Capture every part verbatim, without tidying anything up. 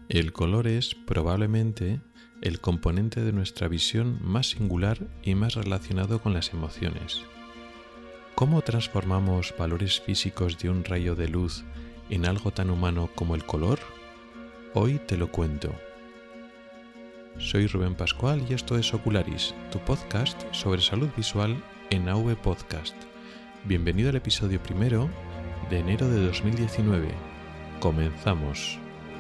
El color es probablemente el componente de nuestra visión más singular y más relacionado con las emociones. ¿Cómo transformamos valores físicos de un rayo de luz en algo tan humano como el color? Hoy te lo cuento. Soy Rubén Pascual y esto es Ocularis, tu podcast sobre salud visual en A V Podcast. Bienvenido al episodio primero de enero de dos mil diecinueve. Comenzamos.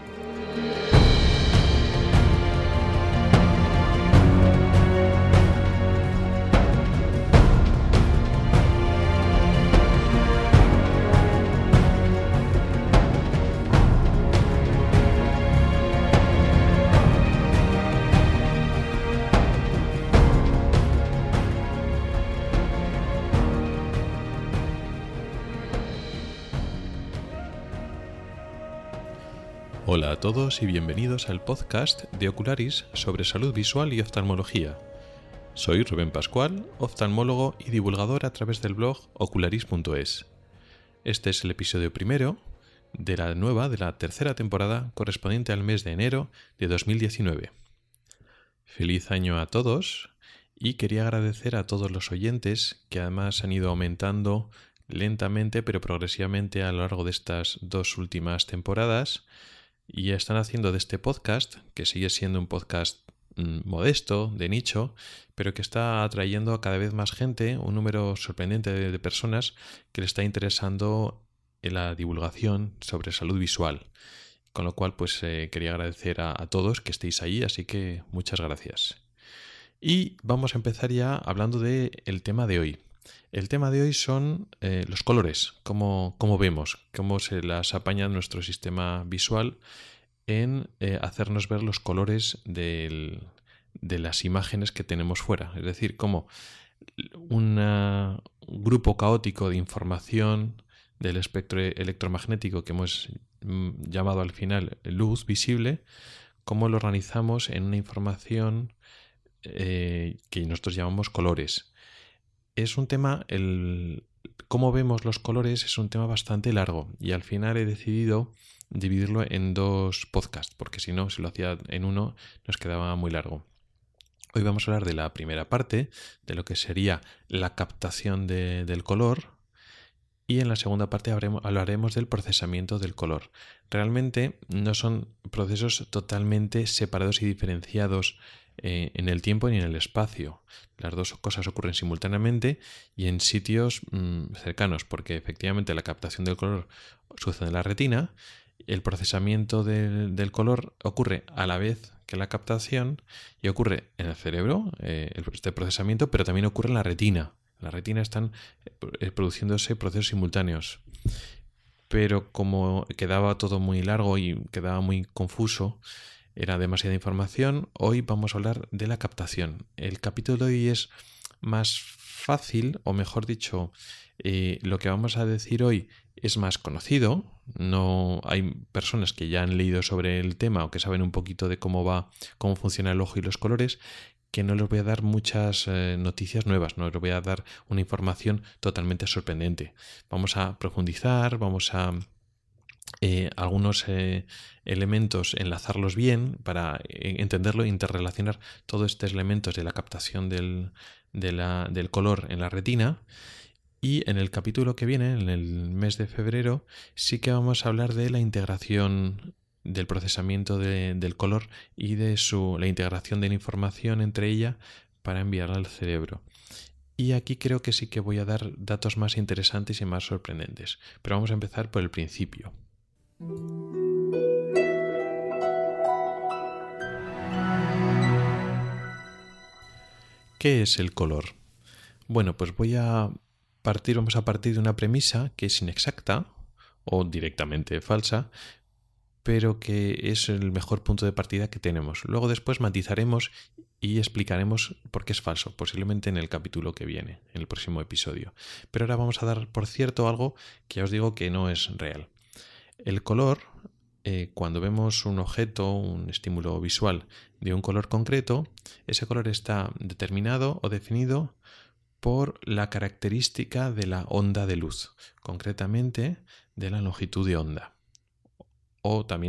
Hola a todos y bienvenidos al podcast de Ocularis sobre salud visual y oftalmología. Soy Rubén Pascual, oftalmólogo y divulgador a través del blog ocularis punto es. Este es el episodio primero de la nueva, de la tercera temporada correspondiente al mes de enero de dos mil diecinueve. Feliz año a todos y quería agradecer a todos los oyentes que además han ido aumentando lentamente pero progresivamente a lo largo de estas dos últimas temporadas. Y están haciendo de este podcast, que sigue siendo un podcast mmm, modesto, de nicho, pero que está atrayendo a cada vez más gente, un número sorprendente de, de personas que le está interesando en la divulgación sobre salud visual. Con lo cual, pues eh, quería agradecer a, a todos que estéis ahí, así que muchas gracias. Y vamos a empezar ya hablando del tema de hoy. El tema de hoy son eh, los colores, cómo, cómo vemos, cómo se las apaña nuestro sistema visual en eh, hacernos ver los colores del, de las imágenes que tenemos fuera. Es decir, cómo una, un grupo caótico de información del espectro electromagnético que hemos llamado al final luz visible, cómo lo organizamos en una información eh, que nosotros llamamos colores. Es un tema, el cómo vemos los colores es un tema bastante largo y al final he decidido dividirlo en dos podcasts, porque si no, si lo hacía en uno, nos quedaba muy largo. Hoy vamos a hablar de la primera parte, de lo que sería la captación de, del color, y en la segunda parte habremos, hablaremos del procesamiento del color. Realmente no son procesos totalmente separados y diferenciados eh, en el tiempo ni en el espacio. Las dos cosas ocurren simultáneamente y en sitios mmm, cercanos, porque efectivamente la captación del color sucede en la retina, el procesamiento del, del color ocurre a la vez que la captación y ocurre en el cerebro, eh, este procesamiento, pero también ocurre en la retina. En la retina están produciéndose procesos simultáneos. Pero como quedaba todo muy largo y quedaba muy confuso, era demasiada información, hoy vamos a hablar de la captación. El capítulo de hoy es más fácil, o mejor dicho, eh, lo que vamos a decir hoy es más conocido. No hay personas que ya han leído sobre el tema o que saben un poquito de cómo va, cómo funciona el ojo y los colores, que no les voy a dar muchas eh, noticias nuevas, no les voy a dar una información totalmente sorprendente. Vamos a profundizar, vamos a eh, algunos eh, elementos, enlazarlos bien para eh, entenderlo e interrelacionar todos estos elementos de la captación del, de la, del color en la retina. Y en el capítulo que viene, en el mes de febrero, sí que vamos a hablar de la integración del procesamiento de, del color y de su, la integración de la información entre ella para enviarla al cerebro. Y aquí creo que sí que voy a dar datos más interesantes y más sorprendentes. Pero vamos a empezar por el principio. ¿Qué es el color? Bueno, pues voy a partir, vamos a partir de una premisa que es inexacta o directamente falsa, pero que es el mejor punto de partida que tenemos. Luego después matizaremos y explicaremos por qué es falso, posiblemente en el capítulo que viene, en el próximo episodio. Pero ahora vamos a dar por cierto algo que ya os digo que no es real. El color, eh, cuando vemos un objeto, un estímulo visual de un color concreto, ese color está determinado o definido por la característica de la onda de luz, concretamente de la longitud de onda. O también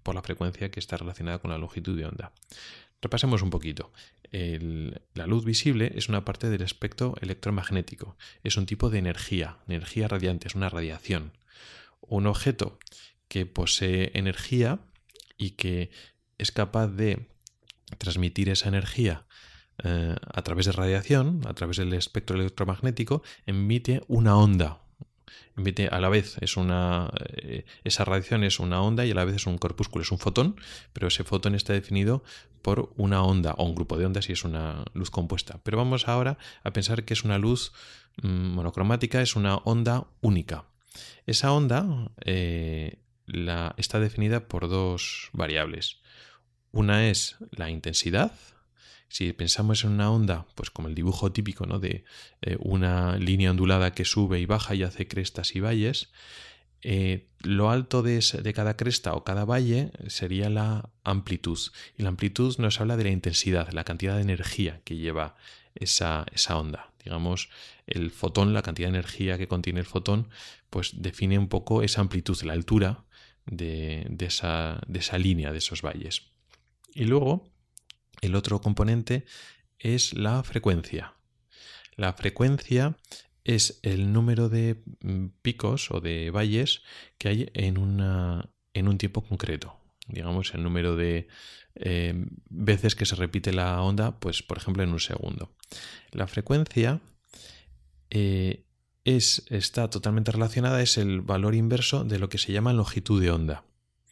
por la frecuencia que está relacionada con la longitud de onda. Repasemos un poquito. El, la luz visible es una parte del espectro electromagnético. Es un tipo de energía, energía radiante, es una radiación. Un objeto que posee energía y que es capaz de transmitir esa energía eh, a través de radiación, a través del espectro electromagnético, emite una onda. Emite a la vez es una eh, esa radiación es una onda y a la vez es un corpúsculo, es un fotón, pero ese fotón está definido por una onda o un grupo de ondas y es una luz compuesta. Pero vamos ahora a pensar que es una luz mmm, monocromática, es una onda única. Esa onda eh, la, está definida por dos variables. Una es la intensidad. Si pensamos en una onda, pues como el dibujo típico, ¿no? de eh, una línea ondulada que sube y baja y hace crestas y valles, eh, lo alto de, ese, de cada cresta o cada valle sería la amplitud. Y la amplitud nos habla de la intensidad, la cantidad de energía que lleva esa, esa onda. Digamos, el fotón, la cantidad de energía que contiene el fotón, pues define un poco esa amplitud, la altura de, de, esa, de esa línea, de esos valles. Y luego, el otro componente es la frecuencia. La frecuencia es el número de picos o de valles que hay en, una, en un tiempo concreto. Digamos, el número de eh, veces que se repite la onda, pues por ejemplo en un segundo. La frecuencia eh, es, está totalmente relacionada, es el valor inverso de lo que se llama longitud de onda.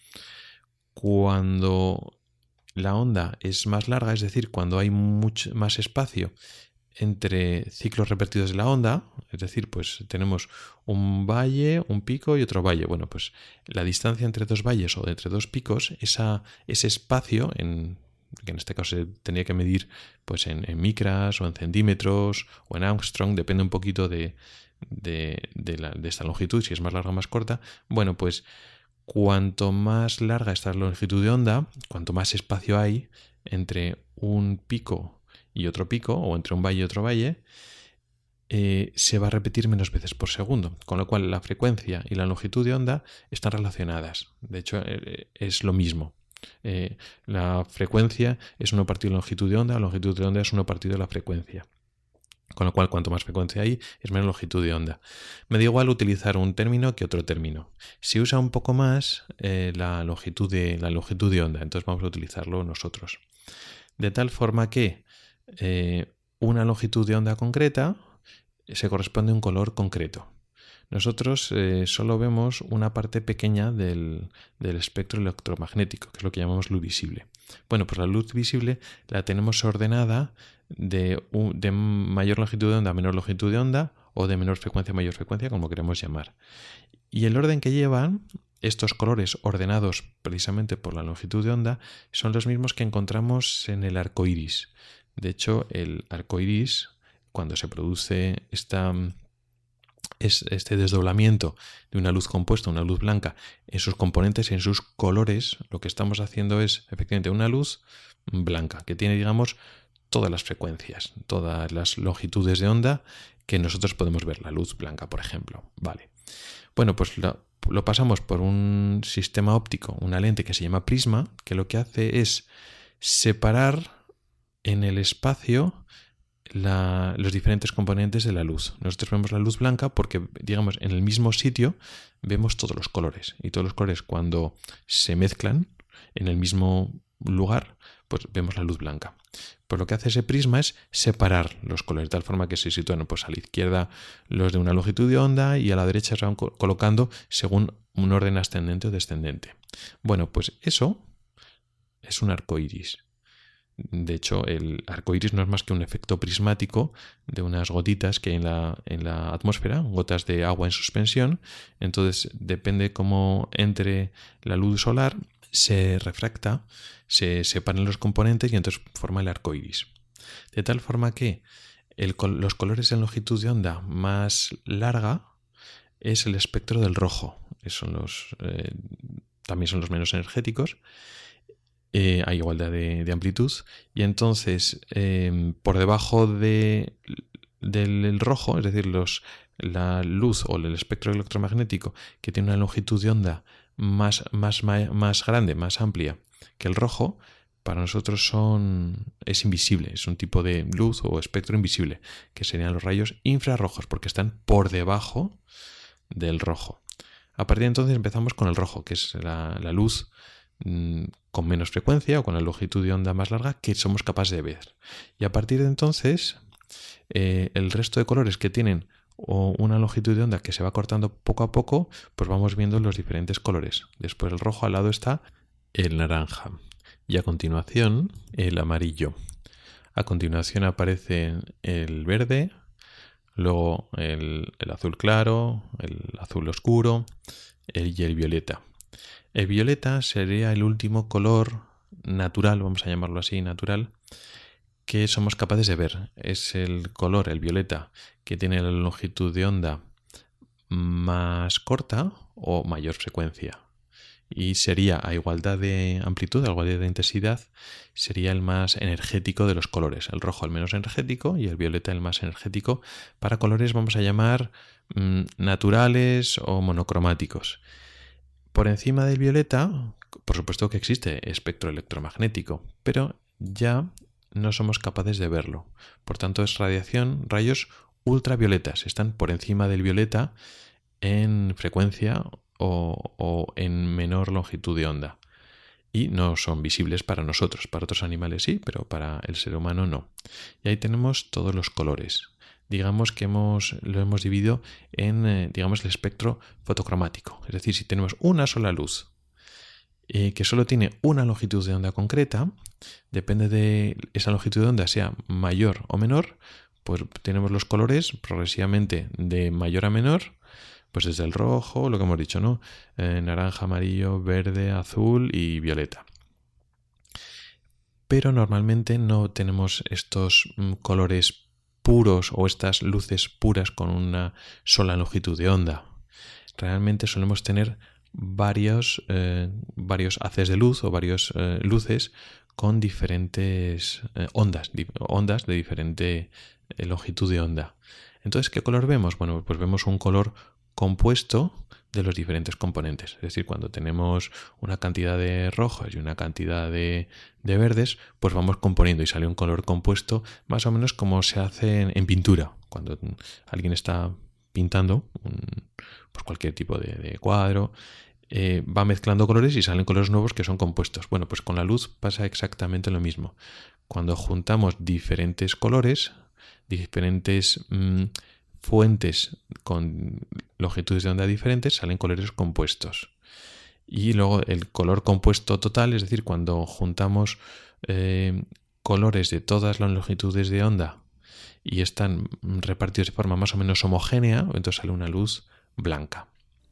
Cuando la onda es más larga, es decir, cuando hay mucho más espacio entre ciclos repetidos de la onda, es decir, pues tenemos un valle, un pico y otro valle. Bueno, pues la distancia entre dos valles o entre dos picos, esa, ese espacio, en, que en este caso se tendría que medir pues en, en micras o en centímetros o en Armstrong, depende un poquito de, de, de, la, de esta longitud, si es más larga o más corta. Bueno, pues cuanto más larga está la longitud de onda, cuanto más espacio hay entre un pico y otro pico, o entre un valle y otro valle, eh, se va a repetir menos veces por segundo, con lo cual la frecuencia y la longitud de onda están relacionadas. De hecho, eh, es lo mismo. Eh, la frecuencia es uno partido de la longitud de onda, la longitud de onda es uno partido de la frecuencia. Con lo cual, cuanto más frecuencia hay, es menos longitud de onda. Me da igual utilizar un término que otro término. Si usa un poco más eh, la, longitud de, la longitud de onda, entonces vamos a utilizarlo nosotros. De tal forma que eh, una longitud de onda concreta se corresponde a un color concreto. Nosotros eh, solo vemos una parte pequeña del, del espectro electromagnético, que es lo que llamamos luz visible. Bueno, pues la luz visible la tenemos ordenada de, de mayor longitud de onda a menor longitud de onda o de menor frecuencia a mayor frecuencia, como queremos llamar. Y el orden que llevan estos colores ordenados precisamente por la longitud de onda son los mismos que encontramos en el arco iris. De hecho, el arco iris, cuando se produce esta... es este desdoblamiento de una luz compuesta, una luz blanca, en sus componentes, en sus colores, lo que estamos haciendo es efectivamente una luz blanca, que tiene, digamos, todas las frecuencias, todas las longitudes de onda que nosotros podemos ver, la luz blanca, por ejemplo. Vale. Bueno, pues lo, lo pasamos por un sistema óptico, una lente que se llama prisma, que lo que hace es separar en el espacio La, los diferentes componentes de la luz. Nosotros vemos la luz blanca porque, digamos, en el mismo sitio vemos todos los colores. Y todos los colores, cuando se mezclan en el mismo lugar, pues vemos la luz blanca. Pues lo que hace ese prisma es separar los colores, de tal forma que se sitúan pues, a la izquierda los de una longitud de onda y a la derecha se van co- colocando según un orden ascendente o descendente. Bueno, pues eso es un arco iris. De hecho, el arco iris no es más que un efecto prismático de unas gotitas que hay en la, en la atmósfera, gotas de agua en suspensión. Entonces, depende cómo entre la luz solar, se refracta, se separan los componentes y entonces forma el arco iris. De tal forma que el, los colores en longitud de onda más larga es el espectro del rojo. Son los, eh, también son los menos energéticos. Eh, hay igualdad de, de amplitud y entonces eh, por debajo de, del rojo, es decir, los, la luz o el espectro electromagnético que tiene una longitud de onda más, más, más grande, más amplia que el rojo, para nosotros son, es invisible, es un tipo de luz o espectro invisible, que serían los rayos infrarrojos, porque están por debajo del rojo. A partir de entonces empezamos con el rojo, que es la, la luz mmm, con menos frecuencia o con la longitud de onda más larga que somos capaces de ver. Y a partir de entonces, eh, el resto de colores que tienen o una longitud de onda que se va cortando poco a poco, pues vamos viendo los diferentes colores. Después del rojo al lado está el naranja. Y a continuación, el amarillo. A continuación aparece el verde, luego el, el azul claro, el azul oscuro el, y el violeta. El violeta sería el último color natural, vamos a llamarlo así, natural, que somos capaces de ver. Es el color, el violeta, que tiene la longitud de onda más corta o mayor frecuencia. Y sería, a igualdad de amplitud, a igualdad de intensidad, sería el más energético de los colores. El rojo el menos energético y el violeta el más energético para colores, vamos a llamar, mmm, naturales o monocromáticos. Por encima del violeta, por supuesto que existe espectro electromagnético, pero ya no somos capaces de verlo. Por tanto, es radiación, rayos ultravioletas. Están por encima del violeta en frecuencia O, o en menor longitud de onda y no son visibles para nosotros. Para otros animales sí, pero para el ser humano no. Y ahí tenemos todos los colores. Digamos que hemos, lo hemos dividido en eh, digamos el espectro fotocromático. Es decir, si tenemos una sola luz eh, que solo tiene una longitud de onda concreta, depende de esa longitud de onda sea mayor o menor, pues tenemos los colores progresivamente de mayor a menor. Pues desde el rojo, lo que hemos dicho, ¿no? Eh, naranja, amarillo, verde, azul y violeta. Pero normalmente no tenemos estos mm, colores puros o estas luces puras con una sola longitud de onda. Realmente solemos tener varios, eh, varios haces de luz o varias eh, luces con diferentes eh, ondas, di- ondas de diferente eh, longitud de onda. Entonces, ¿qué color vemos? Bueno, pues vemos un color compuesto de los diferentes componentes. Es decir, cuando tenemos una cantidad de rojos y una cantidad de, de verdes, pues vamos componiendo y sale un color compuesto más o menos como se hace en, en pintura. Cuando alguien está pintando un, pues cualquier tipo de, de cuadro, eh, va mezclando colores y salen colores nuevos que son compuestos. Bueno, pues con la luz pasa exactamente lo mismo. Cuando juntamos diferentes colores, diferentes mmm, fuentes con longitudes de onda diferentes, salen colores compuestos. Y luego el color compuesto total, es decir, cuando juntamos eh, colores de todas las longitudes de onda y están repartidos de forma más o menos homogénea, entonces sale una luz blanca.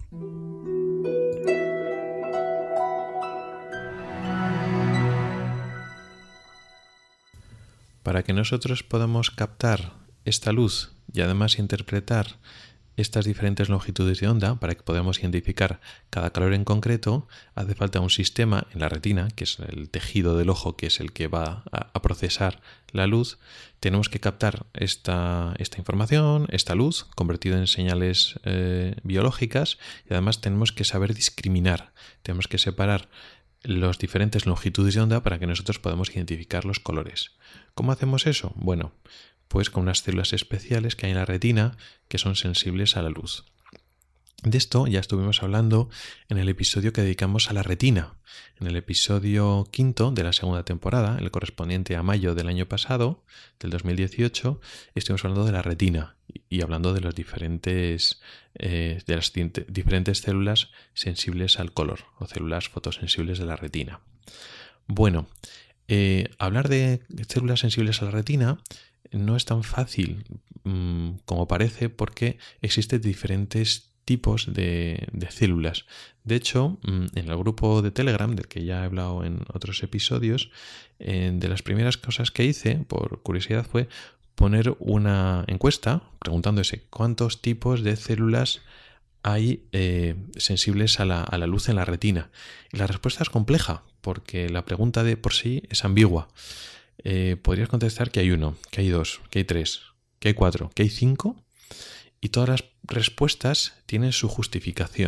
Para que nosotros podamos captar esta luz y además interpretar estas diferentes longitudes de onda, para que podamos identificar cada color en concreto, hace falta un sistema en la retina, que es el tejido del ojo, que es el que va a, a procesar la luz. Tenemos que captar esta, esta información, esta luz, convertida en señales eh, biológicas, y además tenemos que saber discriminar, tenemos que separar las diferentes longitudes de onda para que nosotros podamos identificar los colores. ¿Cómo hacemos eso? Bueno, pues con unas células especiales que hay en la retina que son sensibles a la luz. De esto ya estuvimos hablando en el episodio que dedicamos a la retina. En el episodio quinto de la segunda temporada, el correspondiente a mayo del año pasado, del dos mil dieciocho, estuvimos hablando de la retina y hablando de los diferentes, eh, de las diferentes células sensibles al color o células fotosensibles de la retina. Bueno, eh, hablar de células sensibles a la retina no es tan fácil mmm, como parece, porque existen diferentes tipos de, de células. De hecho, mmm, en el grupo de Telegram, del que ya he hablado en otros episodios, eh, de las primeras cosas que hice, por curiosidad, fue poner una encuesta preguntándose cuántos tipos de células hay eh, sensibles a la, a la luz en la retina. Y la respuesta es compleja, porque la pregunta de por sí es ambigua. Eh, podrías contestar que hay uno, que hay dos, que hay tres, que hay cuatro, que hay cinco, y todas las respuestas tienen su justificación.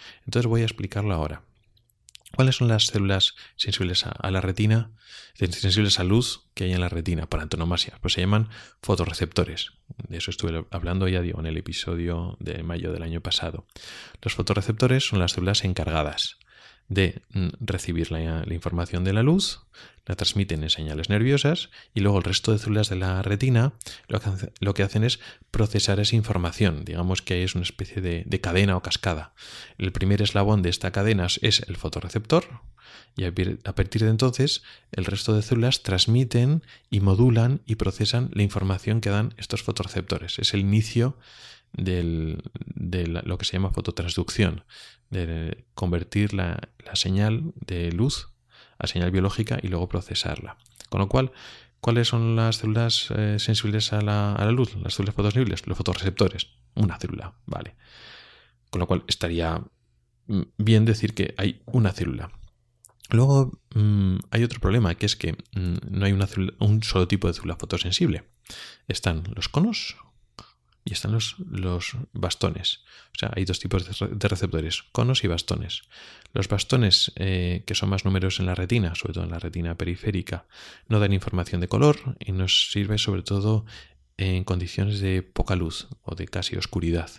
Entonces voy a explicarlo ahora. ¿Cuáles son las células sensibles a, a la retina, sensibles a luz que hay en la retina por antonomasia? Pues se llaman fotorreceptores. De eso estuve hablando, ya digo, en el episodio de mayo del año pasado. Los fotorreceptores son las células encargadas de recibir la, la información de la luz, la transmiten en señales nerviosas y luego el resto de células de la retina lo que, lo que hacen es procesar esa información. Digamos que es una especie de, de cadena o cascada. El primer eslabón de esta cadena es el fotorreceptor y a partir de entonces el resto de células transmiten y modulan y procesan la información que dan estos fotorreceptores. Es el inicio del, de la, lo que se llama fototransducción, de convertir la, la señal de luz a señal biológica y luego procesarla. Con lo cual, ¿cuáles son las células eh, sensibles a la, a la luz? Las células fotosensibles, los fotorreceptores. Una célula, vale. Con lo cual estaría bien decir que hay una célula. Luego mmm, hay otro problema, que es que mmm, no hay una célula, un solo tipo de célula fotosensible. Están los conos y están los, los bastones. O sea, hay dos tipos de receptores, conos y bastones. Los bastones, eh, que son más numerosos en la retina, sobre todo en la retina periférica, no dan información de color y nos sirve sobre todo en condiciones de poca luz o de casi oscuridad.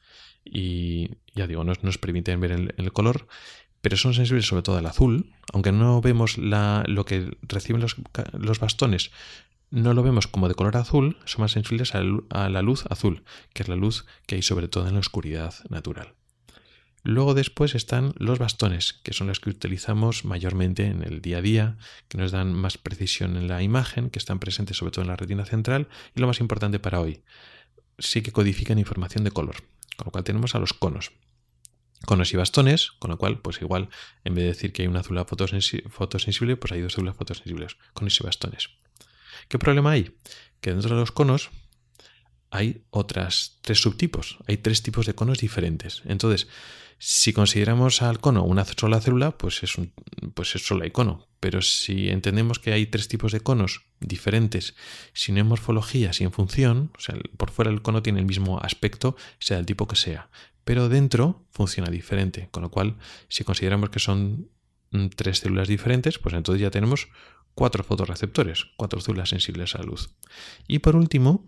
Y ya digo, nos, nos permiten ver el, el color, pero son sensibles sobre todo al azul. Aunque no vemos la, lo que reciben los, los bastones, no lo vemos como de color azul, son más sensibles a la luz azul, que es la luz que hay sobre todo en la oscuridad natural. Luego después están los bastones, que son los que utilizamos mayormente en el día a día, que nos dan más precisión en la imagen, que están presentes sobre todo en la retina central, y lo más importante para hoy, sí que codifican información de color, con lo cual tenemos a los conos. Conos y bastones, con lo cual, pues igual, en vez de decir que hay una célula fotosensible, pues hay dos células fotosensibles, conos y bastones. ¿Qué problema hay? Que dentro de los conos hay otras tres subtipos. Hay tres tipos de conos diferentes. Entonces, si consideramos al cono una sola célula, pues es, un, pues es solo hay cono. Pero si entendemos que hay tres tipos de conos diferentes, sin morfología, sin función, o sea, por fuera el cono tiene el mismo aspecto, sea el tipo que sea, pero dentro funciona diferente. Con lo cual, si consideramos que son tres células diferentes, pues entonces ya tenemos cuatro fotorreceptores, cuatro células sensibles a la luz. Y por último,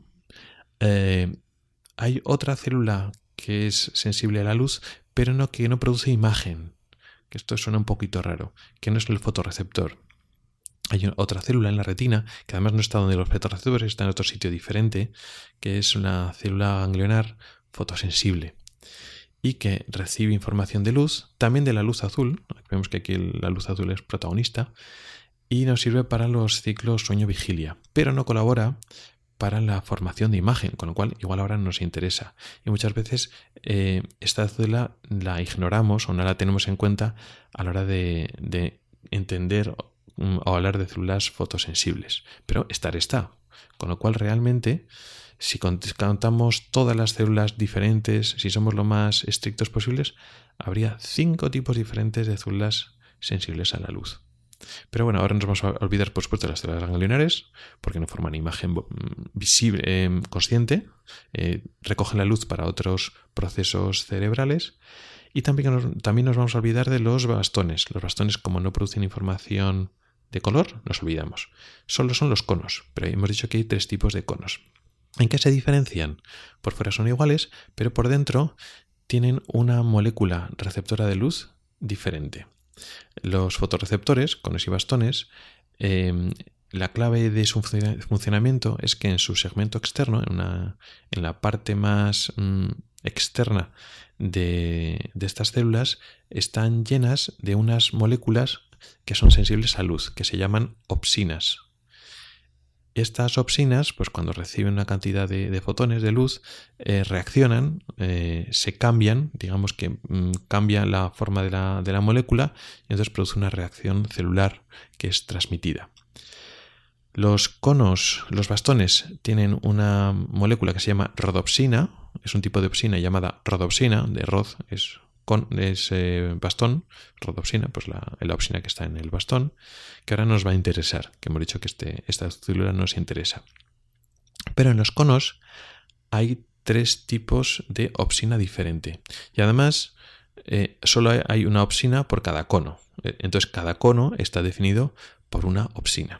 eh, hay otra célula que es sensible a la luz, pero no, que no produce imagen, que esto suena un poquito raro, que no es el fotorreceptor. Hay otra célula en la retina, que además no está donde los fotorreceptores, está en otro sitio diferente, que es una célula ganglionar fotosensible y que recibe información de luz, también de la luz azul. Vemos que aquí la luz azul es protagonista, y nos sirve para los ciclos sueño-vigilia, pero no colabora para la formación de imagen, con lo cual igual ahora nos interesa. Y muchas veces eh, esta célula la ignoramos o no la tenemos en cuenta a la hora de, de entender o hablar de células fotosensibles. Pero estar está. Con lo cual realmente, si contamos todas las células diferentes, si somos lo más estrictos posibles, habría cinco tipos diferentes de células sensibles a la luz. Pero bueno, ahora nos vamos a olvidar por supuesto de las células ganglionares, porque no forman imagen visible, eh, consciente, eh, recogen la luz para otros procesos cerebrales, y también nos, también nos vamos a olvidar de los bastones. Los bastones, como no producen información de color, nos olvidamos. Solo son los conos, pero hemos dicho que hay tres tipos de conos. ¿En qué se diferencian? Por fuera son iguales, pero por dentro tienen una molécula receptora de luz diferente. Los fotorreceptores, conos y bastones, eh, la clave de su funcionamiento es que en su segmento externo, en, una, en la parte más mm, externa de, de estas células, están llenas de unas moléculas que son sensibles a luz, que se llaman opsinas. Estas opsinas, pues cuando reciben una cantidad de, de fotones de luz, eh, reaccionan, eh, se cambian, digamos que mmm, cambia la forma de la, de la molécula y entonces produce una reacción celular que es transmitida. Los conos, los bastones, tienen una molécula que se llama rodopsina, es un tipo de opsina llamada rodopsina, de rod es, con, es eh, bastón, rodopsina, pues la, la opsina que está en el bastón, que ahora nos va a interesar, que hemos dicho que este, esta célula nos interesa. Pero en los conos hay tres tipos de opsina diferente. Y además eh, solo hay una opsina por cada cono. Entonces cada cono está definido por una opsina.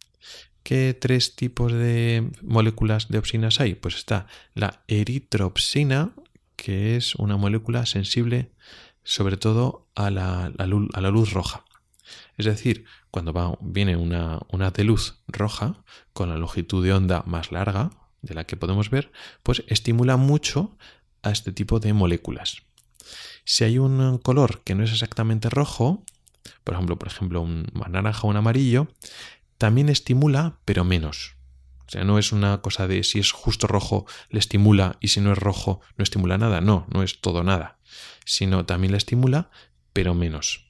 ¿Qué tres tipos de moléculas de opsinas hay? Pues está la eritropsina, que es una molécula sensible sobre todo a la, a luz, a la luz roja. Es decir, cuando va, viene una, una de luz roja con la longitud de onda más larga de la que podemos ver, pues estimula mucho a este tipo de moléculas. Si hay un color que no es exactamente rojo, por ejemplo, por ejemplo un naranja o un amarillo, también estimula, pero menos. O sea, no es una cosa de si es justo rojo le estimula y si no es rojo no estimula nada. No, no es todo nada. Sino también le estimula, pero menos.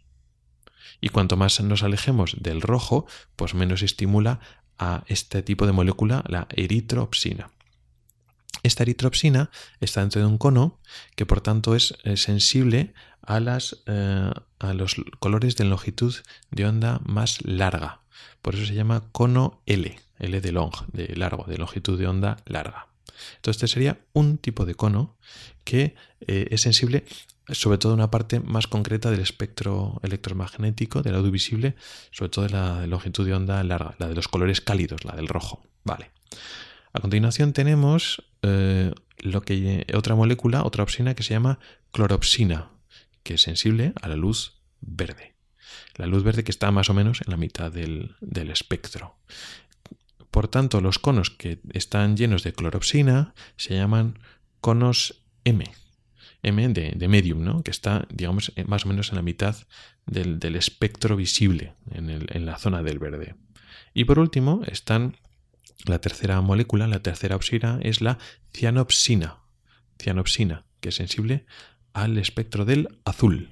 Y cuanto más nos alejemos del rojo, pues menos estimula a este tipo de molécula, la eritropsina. Esta eritropsina está dentro de un cono que por tanto es eh, sensible a, las, eh, a los colores de longitud de onda más larga. Por eso se llama cono L, L de long, de largo, de longitud de onda larga. Entonces este sería un tipo de cono que eh, es sensible sobre todo a una parte más concreta del espectro electromagnético, del audiovisible, sobre todo de la longitud de onda larga, la de los colores cálidos, la del rojo. Vale. A continuación tenemos eh, lo que, otra molécula, otra opsina que se llama cloropsina, que es sensible a la luz verde. La luz verde que está más o menos en la mitad del, del espectro. Por tanto, los conos que están llenos de cloropsina se llaman conos M. M de, de medium, ¿no? Que está, digamos, más o menos en la mitad del, del espectro visible, en, el, en la zona del verde. Y por último, están la tercera molécula, la tercera opsina, es la cianopsina, cianopsina, que es sensible al espectro del azul.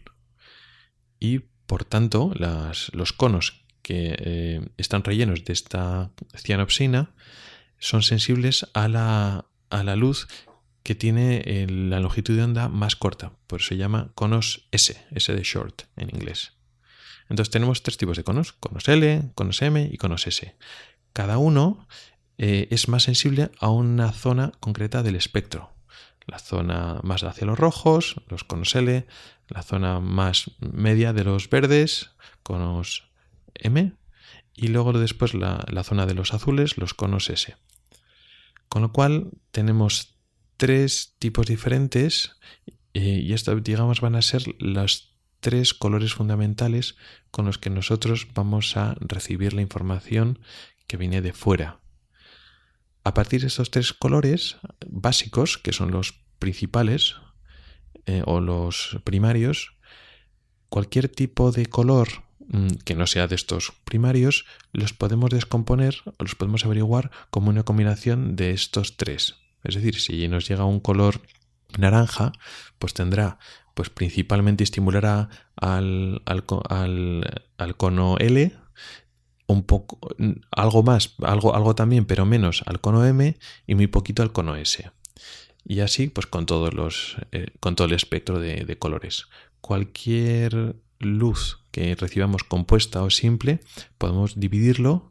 Y por tanto, las, los conos que eh, están rellenos de esta cianopsina son sensibles a la, a la luz que tiene eh, la longitud de onda más corta, por eso se llama conos S, S de short en inglés. Entonces tenemos tres tipos de conos, conos L, conos M y conos S. Cada uno eh, es más sensible a una zona concreta del espectro. La zona más hacia los rojos, los conos L, la zona más media de los verdes, conos M, y luego después la, la zona de los azules, los conos S. Con lo cual tenemos tres tipos diferentes eh, y esto, digamos, van a ser los tres colores fundamentales con los que nosotros vamos a recibir la información que viene de fuera. A partir de estos tres colores básicos, que son los principales eh, o los primarios, cualquier tipo de color mmm, que no sea de estos primarios los podemos descomponer o los podemos averiguar como una combinación de estos tres. Es decir, si nos llega un color naranja, pues tendrá, pues principalmente estimulará al, al, al, al cono L, un poco, algo más, algo, algo también, pero menos al cono M y muy poquito al cono S. Y así, pues con todos los, eh, con todo el espectro de, de colores. Cualquier luz que recibamos compuesta o simple, podemos dividirlo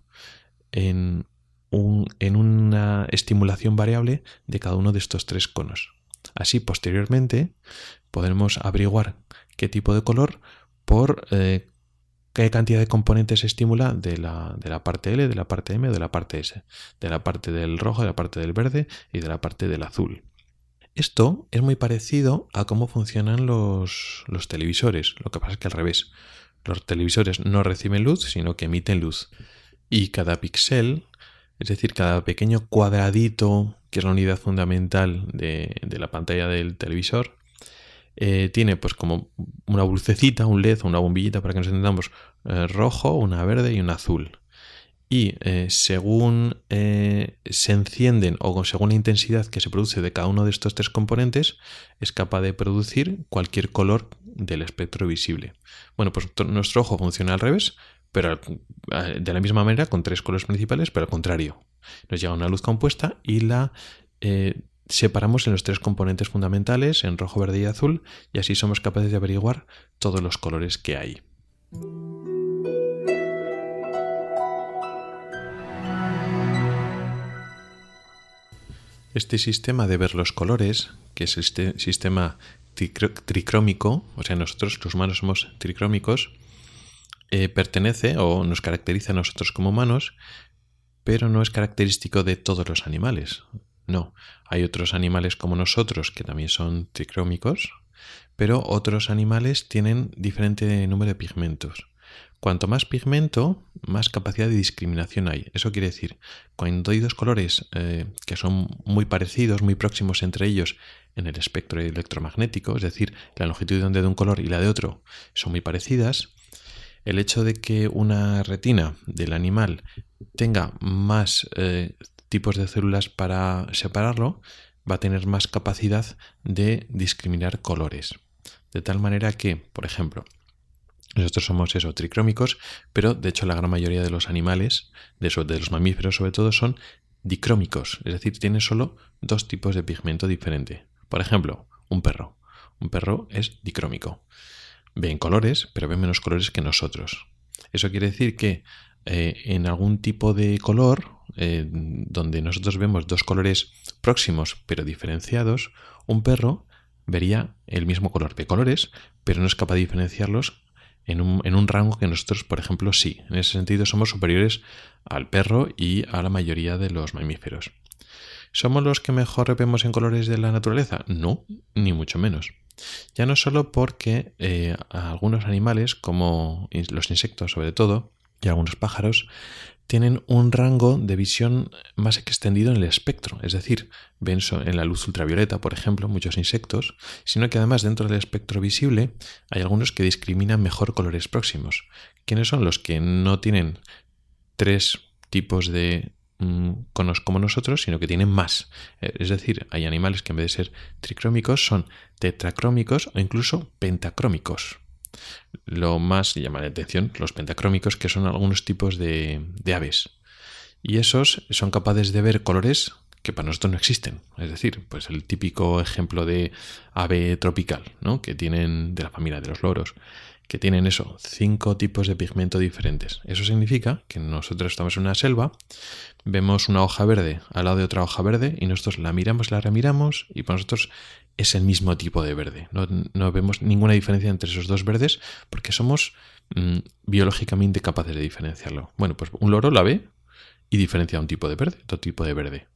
en Un, en una estimulación variable de cada uno de estos tres conos. Así, posteriormente, podremos averiguar qué tipo de color por eh, qué cantidad de componentes se estimula de la, de la parte L, de la parte M o de la parte S, de la parte del rojo, de la parte del verde y de la parte del azul. Esto es muy parecido a cómo funcionan los, los televisores, lo que pasa es que al revés. Los televisores no reciben luz, sino que emiten luz. Y cada píxel, es decir, cada pequeño cuadradito, que es la unidad fundamental de, de la pantalla del televisor, eh, tiene pues como una lucecita, un L E D o una bombillita para que nos entendamos, eh, rojo, una verde y una azul. Y eh, según eh, se encienden o según la intensidad que se produce de cada uno de estos tres componentes, es capaz de producir cualquier color del espectro visible. Bueno, pues nuestro ojo funciona al revés, pero de la misma manera con tres colores principales, pero al contrario. Nos llega una luz compuesta y la eh, separamos en los tres componentes fundamentales, en rojo, verde y azul, y así somos capaces de averiguar todos los colores que hay. Este sistema de ver los colores, que es este sistema tricrómico, o sea, nosotros los humanos somos tricrómicos, eh, pertenece o nos caracteriza a nosotros como humanos, pero no es característico de todos los animales. No, hay otros animales como nosotros que también son tricrómicos, pero otros animales tienen diferente número de pigmentos. Cuanto más pigmento, más capacidad de discriminación hay. Eso quiere decir, cuando hay dos colores eh, que son muy parecidos, muy próximos entre ellos en el espectro electromagnético, es decir, la longitud de onda de un color y la de otro son muy parecidas, el hecho de que una retina del animal tenga más eh, tipos de células para separarlo, va a tener más capacidad de discriminar colores. De tal manera que, por ejemplo, nosotros somos eso, tricrómicos, pero de hecho la gran mayoría de los animales, de, eso, de los mamíferos sobre todo, son dicrómicos, es decir, tienen solo dos tipos de pigmento diferente. Por ejemplo, un perro. Un perro es dicrómico. Ven colores, pero ven menos colores que nosotros. Eso quiere decir que eh, en algún tipo de color, eh, donde nosotros vemos dos colores próximos pero diferenciados, un perro vería el mismo color de colores, pero no es capaz de diferenciarlos en un, en un rango que nosotros, por ejemplo, sí. En ese sentido somos superiores al perro y a la mayoría de los mamíferos. ¿Somos los que mejor vemos en colores de la naturaleza? No, ni mucho menos. Ya no solo porque eh, algunos animales, como los insectos sobre todo, y algunos pájaros, tienen un rango de visión más extendido en el espectro, es decir, ven en la luz ultravioleta, por ejemplo, muchos insectos, sino que además dentro del espectro visible hay algunos que discriminan mejor colores próximos. ¿Quiénes son los que no tienen tres tipos de mmm, conos como nosotros, sino que tienen más? Es decir, hay animales que en vez de ser tricrómicos son tetracrómicos o incluso pentacrómicos. Lo más llama la atención, los pentacrómicos, que son algunos tipos de, de aves. Y esos son capaces de ver colores que para nosotros no existen. Es decir, pues el típico ejemplo de ave tropical, ¿no? Que tienen de la familia de los loros, que tienen eso, cinco tipos de pigmento diferentes. Eso significa que nosotros estamos en una selva, vemos una hoja verde al lado de otra hoja verde y nosotros la miramos, la remiramos y para nosotros es el mismo tipo de verde. No, no vemos ninguna diferencia entre esos dos verdes porque somos mmm, biológicamente capaces de diferenciarlo. Bueno, pues un loro la ve y diferencia un tipo de verde, otro tipo de verde.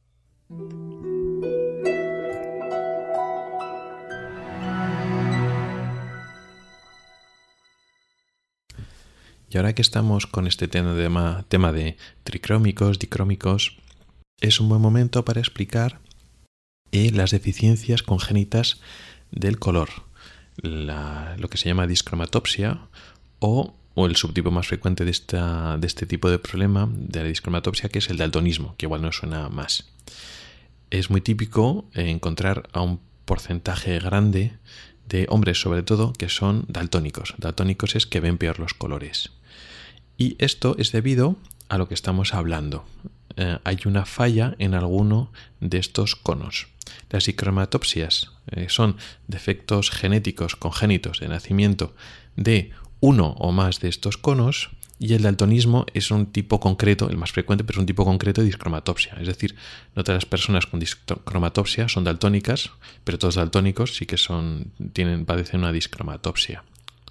Y ahora que estamos con este tema, tema de tricrómicos, dicrómicos, es un buen momento para explicar eh, las deficiencias congénitas del color, la, lo que se llama discromatopsia o, o el subtipo más frecuente de, esta, de este tipo de problema de la discromatopsia, que es el daltonismo, que igual nos suena más. Es muy típico eh, encontrar a un porcentaje grande de hombres, sobre todo, que son daltónicos. Daltónicos es que ven peor los colores. Y esto es debido a lo que estamos hablando. Eh, hay una falla en alguno de estos conos. Las discromatopsias eh, son defectos genéticos congénitos de nacimiento de uno o más de estos conos, y el daltonismo es un tipo concreto, el más frecuente, pero es un tipo concreto de discromatopsia. Es decir, no todas las personas con discromatopsia son daltónicas, pero todos daltónicos sí que son, tienen, padecen una discromatopsia.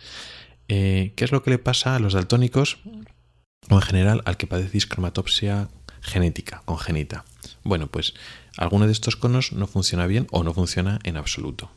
Eh, ¿Qué es lo que le pasa a los daltónicos o en general al que padece discromatopsia genética, congénita? Bueno, pues alguno de estos conos no funciona bien o no funciona en absoluto.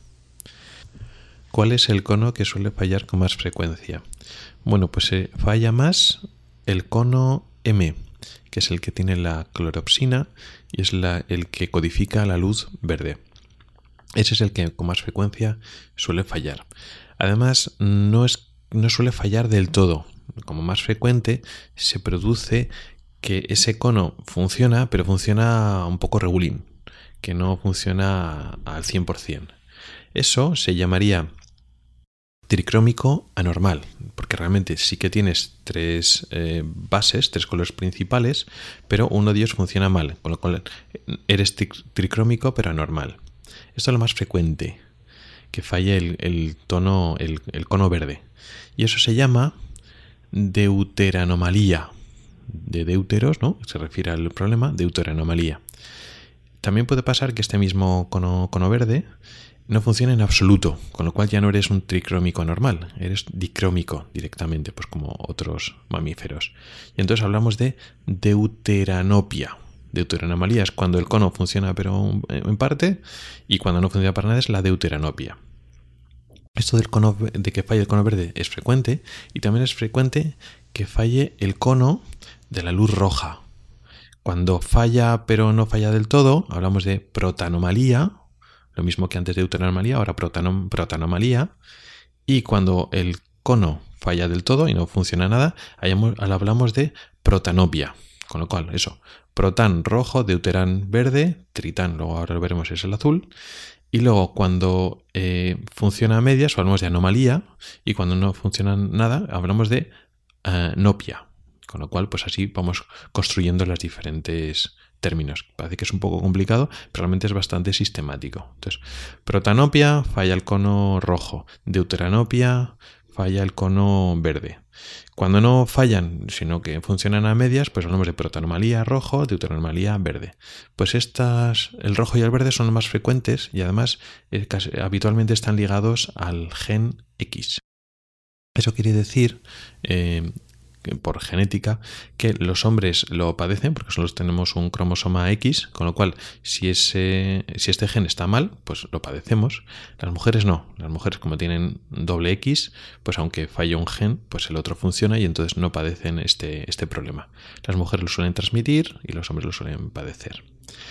¿Cuál es el cono que suele fallar con más frecuencia? Bueno, pues se falla más el cono M, que es el que tiene la cloropsina y es la, el que codifica la luz verde. Ese es el que con más frecuencia suele fallar. Además, no, es, no suele fallar del todo. Como más frecuente, se produce que ese cono funciona, pero funciona un poco regulín, que no funciona al cien por ciento. Eso se llamaría tricrómico anormal, porque realmente sí que tienes tres eh, bases, tres colores principales, pero uno de ellos funciona mal, con lo cual eres tricrómico pero anormal. Esto es lo más frecuente, que falle el, el tono, el, el cono verde. Y eso se llama deuteranomalía. De deuteros, ¿no? Se refiere al problema, deuteranomalía. También puede pasar que este mismo cono, cono verde no funciona en absoluto, con lo cual ya no eres un tricrómico normal, eres dicrómico directamente, pues como otros mamíferos. Y entonces hablamos de deuteranopia. Deuteranomalía es cuando el cono funciona pero en parte, y cuando no funciona para nada es la deuteranopia. Esto del cono, de que falle el cono verde es frecuente, y también es frecuente que falle el cono de la luz roja. Cuando falla pero no falla del todo, hablamos de protanomalía, lo mismo que antes de deuteranomalía, ahora protanom, protanomalía, y cuando el cono falla del todo y no funciona nada, hablamos de protanopia. Con lo cual, eso, protán rojo, deuteran verde, tritán, luego ahora lo veremos, es el azul. Y luego cuando eh, funciona a medias, hablamos de anomalía, y cuando no funciona nada, hablamos de uh, nopia. Con lo cual, pues así vamos construyendo los diferentes términos. Parece que es un poco complicado, pero realmente es bastante sistemático. Entonces, protanopia, falla el cono rojo. Deuteranopia, falla el cono verde. Cuando no fallan, sino que funcionan a medias, pues hablamos de protanomalía rojo, deuteranomalía verde. Pues estas, el rojo y el verde son los más frecuentes y además eh, casi, habitualmente están ligados al gen X. Eso quiere decir, eh, por genética, que los hombres lo padecen porque solo tenemos un cromosoma X, con lo cual si, ese, si este gen está mal, pues lo padecemos. Las mujeres no, las mujeres como tienen doble X, pues aunque falle un gen, pues el otro funciona y entonces no padecen este, este problema. Las mujeres lo suelen transmitir y los hombres lo suelen padecer.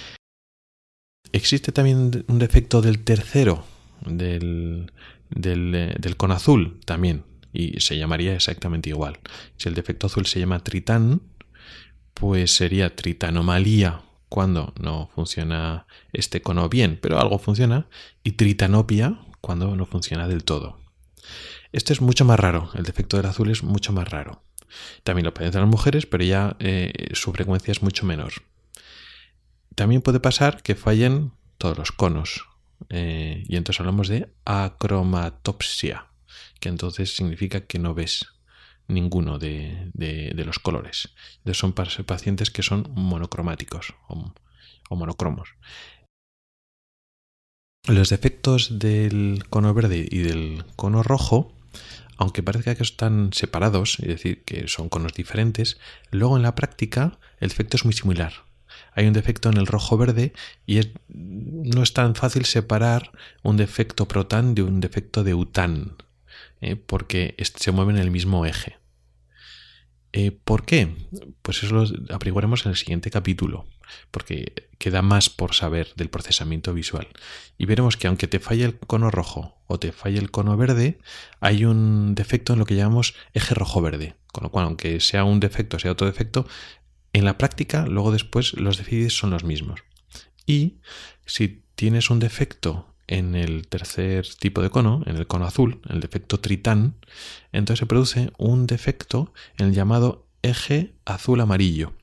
Existe también un defecto del tercero, del, del, del cono azul también, y se llamaría exactamente igual. Si el defecto azul se llama tritán, pues sería tritanomalía cuando no funciona este cono bien, pero algo funciona, y tritanopia cuando no funciona del todo. Esto es mucho más raro, el defecto del azul es mucho más raro. También lo padecen las mujeres, pero ya eh, su frecuencia es mucho menor. También puede pasar que fallen todos los conos, eh, y entonces hablamos de acromatopsia, que entonces significa que no ves ninguno de, de, de los colores. Entonces son pacientes que son monocromáticos o, o monocromos. Los defectos del cono verde y del cono rojo, aunque parezca que están separados, es decir, que son conos diferentes, luego en la práctica el defecto es muy similar. Hay un defecto en el rojo-verde y es, no es tan fácil separar un defecto protán de un defecto deután. Eh, porque se mueven en el mismo eje. Eh, ¿Por qué? Pues eso lo averiguaremos en el siguiente capítulo, porque queda más por saber del procesamiento visual. Y veremos que aunque te falle el cono rojo o te falle el cono verde, hay un defecto en lo que llamamos eje rojo-verde. Con lo cual, aunque sea un defecto, sea otro defecto, en la práctica, luego después, los déficits son los mismos. Y si tienes un defecto en el tercer tipo de cono, en el cono azul, el defecto tritán, entonces se produce un defecto en el llamado eje azul-amarillo.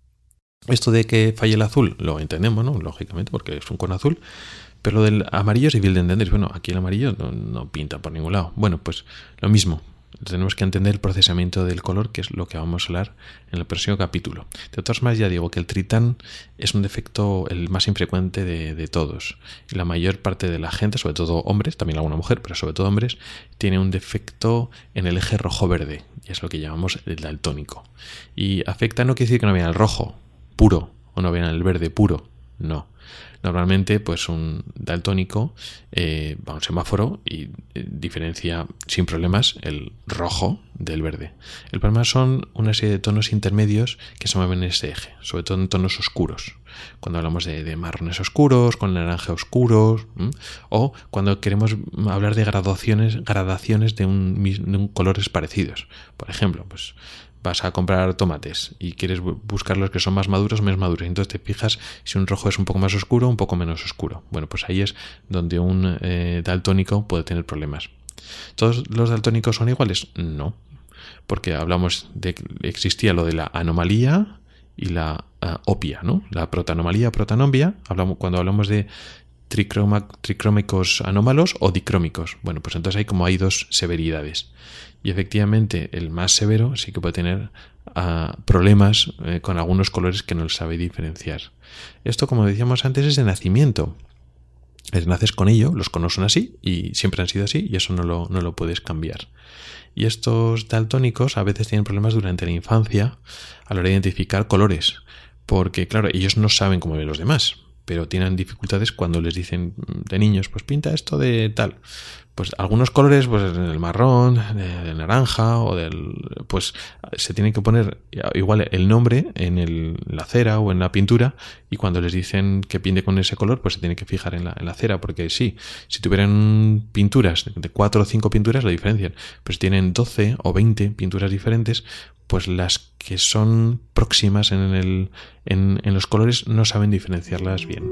Esto de que falle el azul lo entendemos, ¿no? Lógicamente, porque es un cono azul, pero lo del amarillo es difícil de entender. Bueno, aquí el amarillo no, no pinta por ningún lado. Bueno, pues lo mismo. Tenemos que entender el procesamiento del color, que es lo que vamos a hablar en el próximo capítulo. De todas maneras, ya digo que el tritán es un defecto el más infrecuente de, de todos. Y la mayor parte de la gente, sobre todo hombres, también alguna mujer, pero sobre todo hombres, tiene un defecto en el eje rojo-verde, y es lo que llamamos el daltónico. Y afecta no quiere decir que no vean el rojo puro o no vean el verde puro, no. Normalmente, pues un daltónico eh, va a un semáforo y eh, diferencia sin problemas el rojo del verde. El problema son una serie de tonos intermedios que se mueven en ese eje, sobre todo en tonos oscuros. Cuando hablamos de, de marrones oscuros, con naranja oscuros, ¿m? O cuando queremos hablar de gradaciones, gradaciones de, un, de un colores parecidos. Por ejemplo, pues vas a comprar tomates y quieres buscar los que son más maduros o menos maduros. Entonces te fijas si un rojo es un poco más oscuro o un poco menos oscuro. Bueno, pues ahí es donde un eh, daltónico puede tener problemas. ¿Todos los daltónicos son iguales? No, porque hablamos de que existía lo de la anomalía y la uh, opia, ¿no? La protanomalía, protanopia. Hablamos, cuando hablamos de tricroma, tricrómicos anómalos o dicrómicos. Bueno, pues entonces hay como hay dos severidades. Y efectivamente el más severo sí que puede tener uh, problemas eh, con algunos colores que no sabe diferenciar. Esto, como decíamos antes, es de nacimiento. naces con ello, los conos son así y siempre han sido así y eso no lo, no lo puedes cambiar. Y estos daltónicos a veces tienen problemas durante la infancia a la hora de identificar colores, porque claro, ellos no saben cómo ven los demás, pero tienen dificultades cuando les dicen de niños, pues pinta esto de tal. Pues algunos colores, pues el marrón, el naranja o del, pues se tienen que poner igual el nombre en el, la cera o en la pintura, y cuando les dicen que pinte con ese color, pues se tienen que fijar en la, en la cera, porque sí, si tuvieran pinturas de cuatro o cinco pinturas lo diferencian, pero si tienen doce o veinte pinturas diferentes, pues las que son próximas en el, en, en los colores no saben diferenciarlas bien.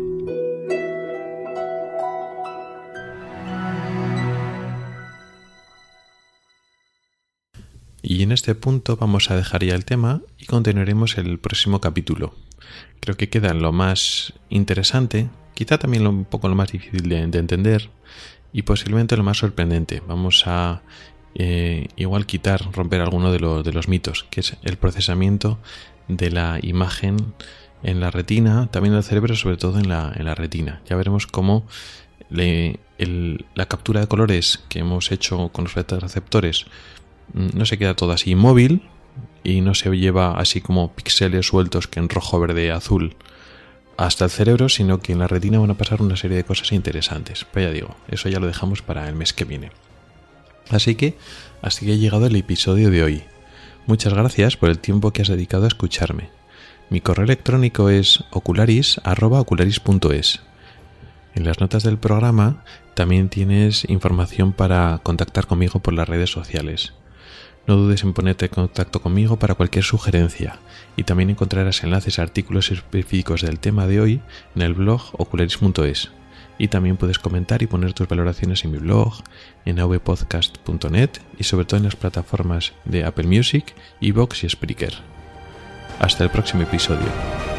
Y en este punto vamos a dejar ya el tema y continuaremos el próximo capítulo. Creo que queda lo más interesante, quizá también un poco lo más difícil de, de entender y posiblemente lo más sorprendente. Vamos a eh, igual quitar, romper alguno de, lo, de los mitos, que es el procesamiento de la imagen en la retina, también en el cerebro, sobre todo en la, en la retina. Ya veremos cómo le, el, la captura de colores que hemos hecho con los receptores no se queda todo así inmóvil y no se lleva así como píxeles sueltos que en rojo, verde, azul hasta el cerebro, sino que en la retina van a pasar una serie de cosas interesantes. Pero ya digo, eso ya lo dejamos para el mes que viene. Así que hasta que ha llegado el episodio de hoy. Muchas gracias por el tiempo que has dedicado a escucharme. Mi correo electrónico es ocularis arroba ocularis punto es. En las notas del programa también tienes información para contactar conmigo por las redes sociales. No dudes en ponerte en contacto conmigo para cualquier sugerencia, y también encontrarás enlaces a artículos específicos del tema de hoy en el blog ocularis punto es. Y también puedes comentar y poner tus valoraciones en mi blog, en a v podcast punto net y sobre todo en las plataformas de Apple Music, iVoox y Spreaker. Hasta el próximo episodio.